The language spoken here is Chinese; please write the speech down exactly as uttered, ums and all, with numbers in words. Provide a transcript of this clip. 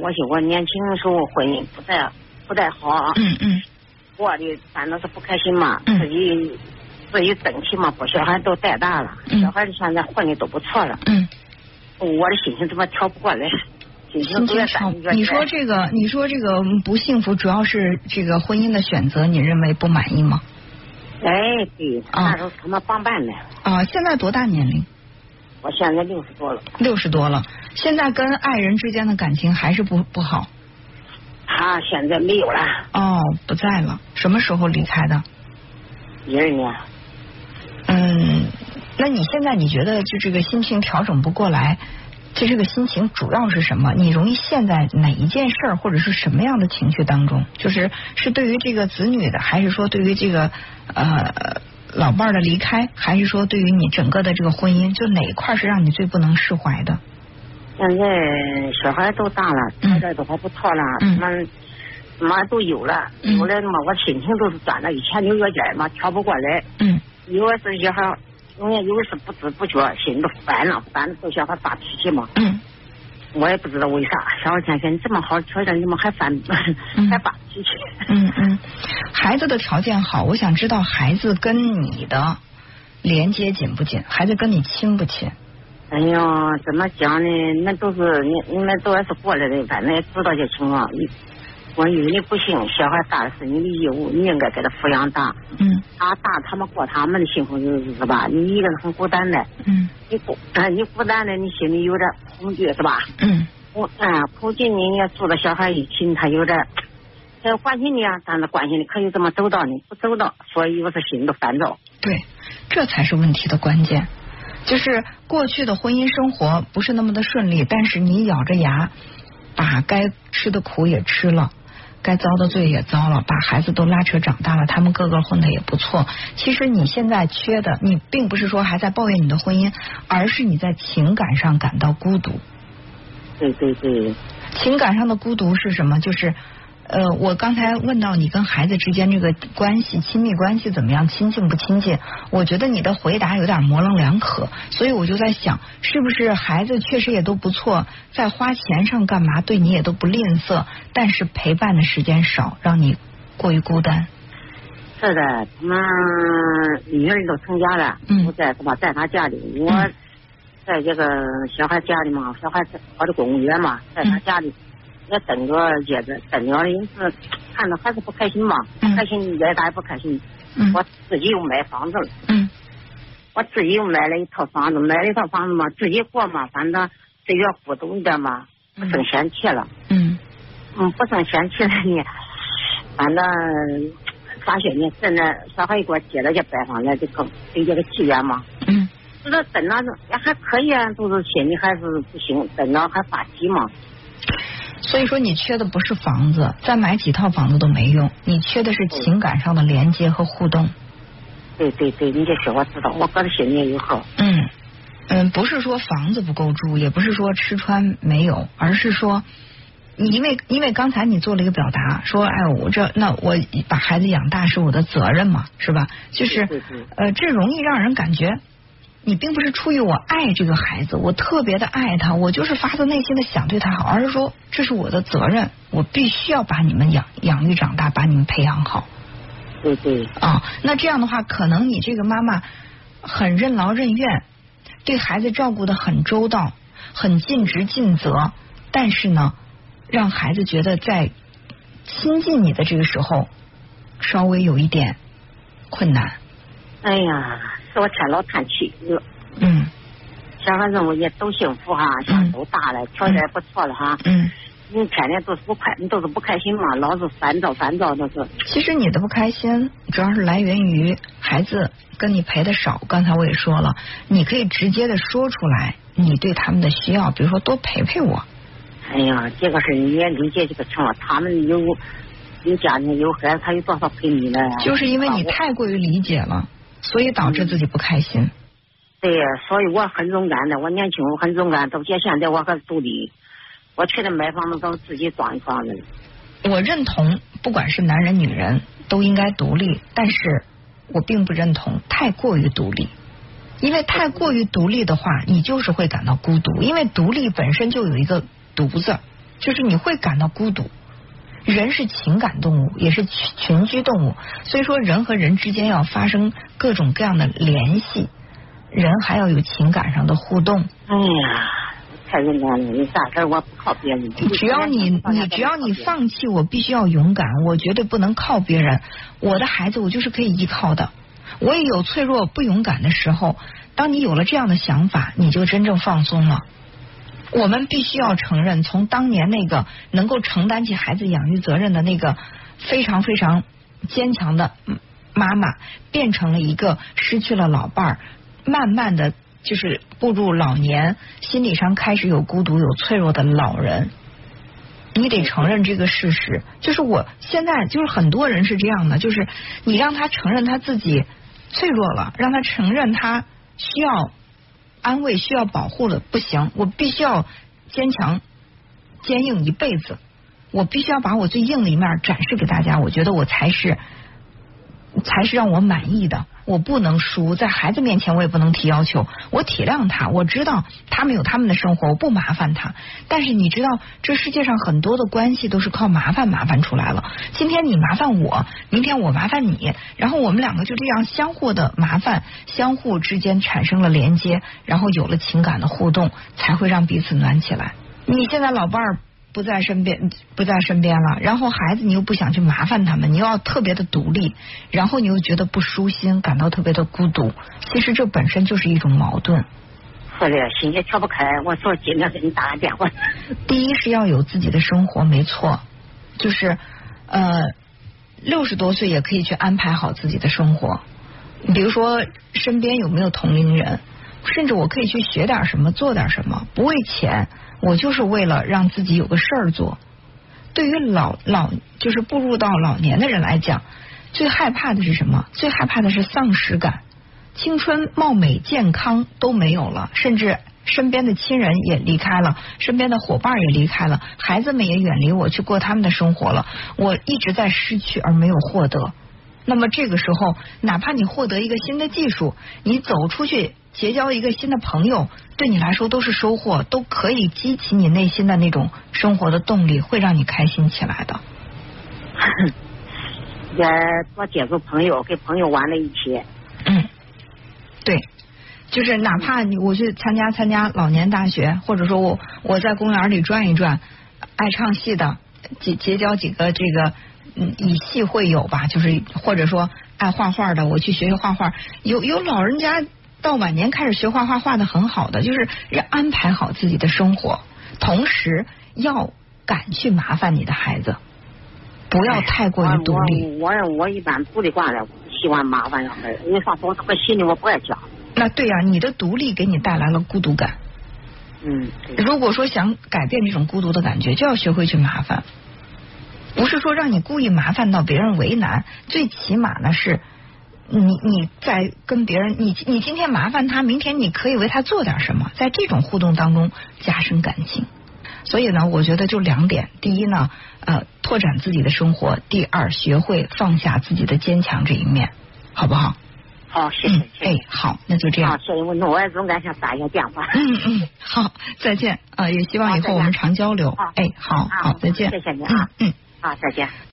过去，我年轻的时候婚姻不太不太好， 嗯嗯， 过的反正是不开心嘛， 嗯、 自己自己争气嘛，把小孩都带大了， 嗯、 小孩现在混的都不错了， 嗯， 我的心情怎么调不过来？心情心情调，你说这个，你说这个不幸福，主要是这个婚姻的选择，你认为不满意吗？ 哎，对，那时候他们帮办的。 啊，现在多大年龄？ 我现在六十多了。 六十多了，现在跟爱人之间的感情还是不不好。 他现在没有了。 哦，不在了。什么时候离开的？ 一二年。 嗯，那你现在你觉得就这个心情调整不过来，就这个心情主要是什么？你容易陷在哪一件事儿或者是什么样的情绪当中？就是是对于这个子女的，还是说对于这个呃老伴儿的离开，还是说对于你整个的这个婚姻，就哪一块是让你最不能释怀的？ 现在小孩都大了，条件都还不错了， 嗯、 什么什么都有了，有了嘛，我心情都是转了，以前牛角尖嘛，调不过来。 嗯。 有的是小孩，永远有的是不知不觉心都烦了，烦对小孩发脾气嘛。 嗯。 我也不知道为啥，小孩天天你这么好条件，怎么还烦、嗯、还发脾气？ 嗯嗯。孩子的条件好，我想知道孩子跟你的连接紧不紧？孩子跟你亲不亲？ 哎呦，怎么讲呢？那都是你你们都是过来的，反正也知道这情况。我以为你不行，小孩大是你的义务，你应该给他抚养大。 嗯。 他大，他们过他们的幸福日子是吧？你一个人很孤单的。 嗯。 你孤啊，你孤单的，你心里有点恐惧是吧？ 嗯。 我啊，恐惧你也住着小孩一起，他有点，他要关心你啊，但是关心你可以这么周到呢，不周到，所以有时心都烦躁。 对，这才是问题的关键。就是过去的婚姻生活不是那么的顺利，但是你咬着牙把该吃的苦也吃了，该遭的罪也遭了，把孩子都拉扯长大了，他们个个混得也不错。其实你现在缺的，你并不是说还在抱怨你的婚姻，而是你在情感上感到孤独。 对对对， 情感上的孤独是什么？就是呃，我刚才问到你跟孩子之间这个关系，亲密关系怎么样，亲近不亲近？我觉得你的回答有点模棱两可，所以我就在想，是不是孩子确实也都不错，在花钱上干嘛对你也都不吝啬，但是陪伴的时间少，让你过于孤单。 是的，他们女儿都成家了， 嗯， 我在是吧，在他家里，我在这个小孩家里嘛，小孩考的公务员嘛，在他家里。也等着接着等着的，是看着还是不开心嘛，不开心越大也不开心。 嗯、 我自己又买房子了， 嗯， 我自己又买了一套房子，买了一套房子嘛，自己过嘛，反正这月互动一点嘛，不生嫌弃了。 嗯嗯，不生嫌弃了呢，反正发现呢，真的小孩给我接了这拜访来，就更对这个机缘嘛。 嗯， 这个等着也还可以啊，都是心里还是不行，等着还发急嘛。 所以说你缺的不是房子，再买几套房子都没用，你缺的是情感上的连接和互动。 对对对，你这说我知道，我搁着心里也有数。 嗯嗯，不是说房子不够住，也不是说吃穿没有，而是说你因为因为刚才你做了一个表达，说哎我这那我把孩子养大是我的责任嘛，是吧？就是对对呃这容易让人感觉你并不是出于我爱这个孩子，我特别的爱他，我就是发自内心的想对他好，而是说这是我的责任，我必须要把你们养养育长大，把你们培养好。 对对啊，那这样的话，可能你这个妈妈很任劳任怨，对孩子照顾得很周到，很尽职尽责，但是呢，让孩子觉得在亲近你的这个时候，稍微有一点困难。 哎呀，是我天老叹气。 嗯， 小孩子我也都幸福哈，像都大了，条件也不错了哈。 嗯， 你天天都是不开，你都是不开心嘛，老是烦躁烦躁都是。 其实你的不开心主要是来源于孩子跟你陪的少。刚才我也说了，你可以直接的说出来你对他们的需要，比如说多陪陪我。 哎呀，这个是你也理解这个情况，他们有有家庭有孩子，他有多少陪你呢？ 就是因为你太过于理解了，所以导致自己不开心。嗯、 对，所以我很勇敢的，我年轻我很勇敢，到现在我还独立。我去的买房子都自己装一房子。 我认同，不管是男人女人都应该独立，但是我并不认同太过于独立，因为太过于独立的话，你就是会感到孤独，因为独立本身就有一个独字。 就是你会感到孤独。人是情感动物，也是群居动物，所以说人和人之间要发生各种各样的联系，人还要有情感上的互动。 哎呀，太勇敢了！你啥事我不靠别人。 只要你你只要你放弃，我必须要勇敢，我绝对不能靠别人。我的孩子，我就是可以依靠的。我也有脆弱不勇敢的时候。当你有了这样的想法，你就真正放松了。我们必须要承认，从当年那个能够承担起孩子养育责任的那个非常非常坚强的妈妈，变成了一个失去了老伴儿，慢慢的就是步入老年，心理上开始有孤独、有脆弱的老人。你得承认这个事实，就是我现在就是很多人是这样的，就是你让他承认他自己脆弱了，让他承认他需要安慰，需要保护的，不行，我必须要坚强坚硬一辈子，我必须要把我最硬的一面展示给大家，我觉得我才是才是让我满意的。我不能输，在孩子面前我也不能提要求，我体谅他，我知道他们有他们的生活，我不麻烦他。但是你知道这世界上很多的关系都是靠麻烦麻烦出来了，今天你麻烦我，明天我麻烦你，然后我们两个就这样相互的麻烦，相互之间产生了连接，然后有了情感的互动，才会让彼此暖起来。你现在老伴儿不在身边，不在身边了，然后孩子你又不想去麻烦他们，你又要特别的独立，然后你又觉得不舒心，感到特别的孤独。其实这本身就是一种矛盾。 是的，心也跳不开。我说今天给你打个电话。 第一是要有自己的生活，没错，就是呃六十多岁也可以去安排好自己的生活。比如说身边有没有同龄人，甚至我可以去学点什么，做点什么，不为钱。我就是为了让自己有个事儿做。对于老老就是步入到老年的人来讲，最害怕的是什么？最害怕的是丧失感，青春貌美健康都没有了，甚至身边的亲人也离开了，身边的伙伴也离开了，孩子们也远离我去过他们的生活了，我一直在失去而没有获得。那么这个时候，哪怕你获得一个新的技术，你走出去结交一个新的朋友，对你来说都是收获，都可以激起你内心的那种生活的动力，会让你开心起来的。 也多接触朋友，跟朋友玩在一起。 嗯，对，就是哪怕你我去参加参加老年大学，或者说我我在公园里转一转，爱唱戏的结结交几个这个。嗯，以戏会友吧，就是或者说爱画画的，我去学学画画。有有老人家到晚年开始学画画，画的很好的，就是要安排好自己的生活，同时要敢去麻烦你的孩子，不要太过于独立。 我我我一般独立惯了，不喜欢麻烦小孩，因为上我这个心里我不爱讲。 那对呀、啊，你的独立给你带来了孤独感。 嗯， 如果说想改变这种孤独的感觉，就要学会去麻烦。不是说让你故意麻烦到别人为难，最起码呢是你你在跟别人，你你今天麻烦他，明天你可以为他做点什么，在这种互动当中加深感情。所以呢，我觉得就两点：第一呢，呃，拓展自己的生活；第二，学会放下自己的坚强这一面，好不好？ 好，谢谢。 嗯、哎，好，那就这样。 好，谢谢我，我也总敢想打一下电话。 嗯嗯，好，再见啊、呃！也希望以后我们常交流。哎，好好，再见。 谢谢你啊。 嗯。嗯好，再见。